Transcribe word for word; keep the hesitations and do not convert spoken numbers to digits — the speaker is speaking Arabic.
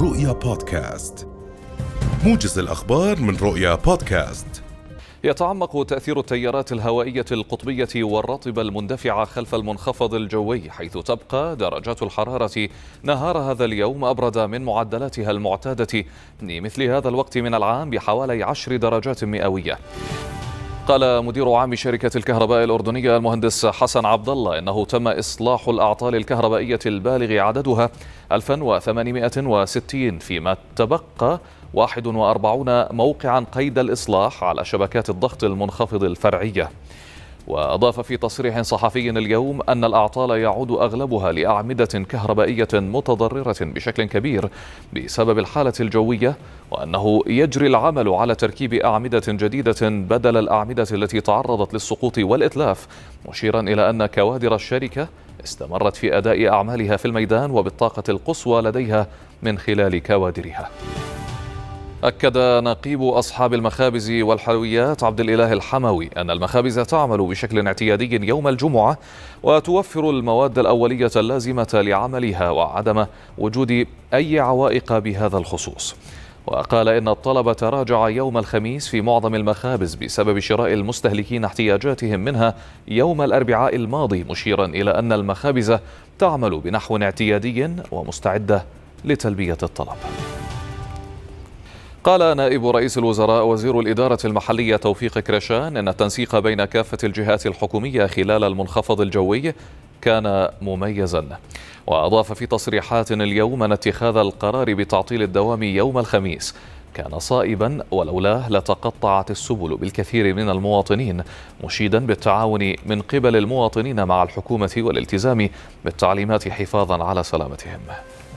رؤيا بودكاست، موجز الأخبار من رؤيا بودكاست. يتعمق تأثير التيارات الهوائية القطبية والرطبة المندفعة خلف المنخفض الجوي، حيث تبقى درجات الحرارة نهار هذا اليوم أبرد من معدلاتها المعتادة لمثل هذا الوقت من العام بحوالي عشر درجات مئوية. قال مدير عام شركة الكهرباء الأردنية المهندس حسن عبد الله إنه تم إصلاح الأعطال الكهربائية البالغ عددها ألف وثمانمئة وستين، فيما تبقى واحد وأربعين موقعا قيد الإصلاح على شبكات الضغط المنخفض الفرعية. وأضاف في تصريح صحفي اليوم أن الأعطال يعود أغلبها لأعمدة كهربائية متضررة بشكل كبير بسبب الحالة الجوية، وأنه يجري العمل على تركيب أعمدة جديدة بدل الأعمدة التي تعرضت للسقوط والإتلاف، مشيرا إلى أن كوادر الشركة استمرت في أداء أعمالها في الميدان وبالطاقة القصوى لديها من خلال كوادرها. أكد نقيب أصحاب المخابز والحلويات عبد الإله الحموي أن المخابز تعمل بشكل اعتيادي يوم الجمعة وتوفر المواد الأولية اللازمة لعملها وعدم وجود أي عوائق بهذا الخصوص. وقال إن الطلب تراجع يوم الخميس في معظم المخابز بسبب شراء المستهلكين احتياجاتهم منها يوم الأربعاء الماضي، مشيرا إلى أن المخابز تعمل بنحو اعتيادي ومستعدة لتلبية الطلب. قال نائب رئيس الوزراء وزير الإدارة المحلية توفيق كرشان إن التنسيق بين كافة الجهات الحكومية خلال المنخفض الجوي كان مميزا. وأضاف في تصريحات اليوم أن اتخاذ القرار بتعطيل الدوام يوم الخميس كان صائبا، ولولاه لتقطعت السبل بالكثير من المواطنين، مشيدا بالتعاون من قبل المواطنين مع الحكومة والالتزام بالتعليمات حفاظا على سلامتهم.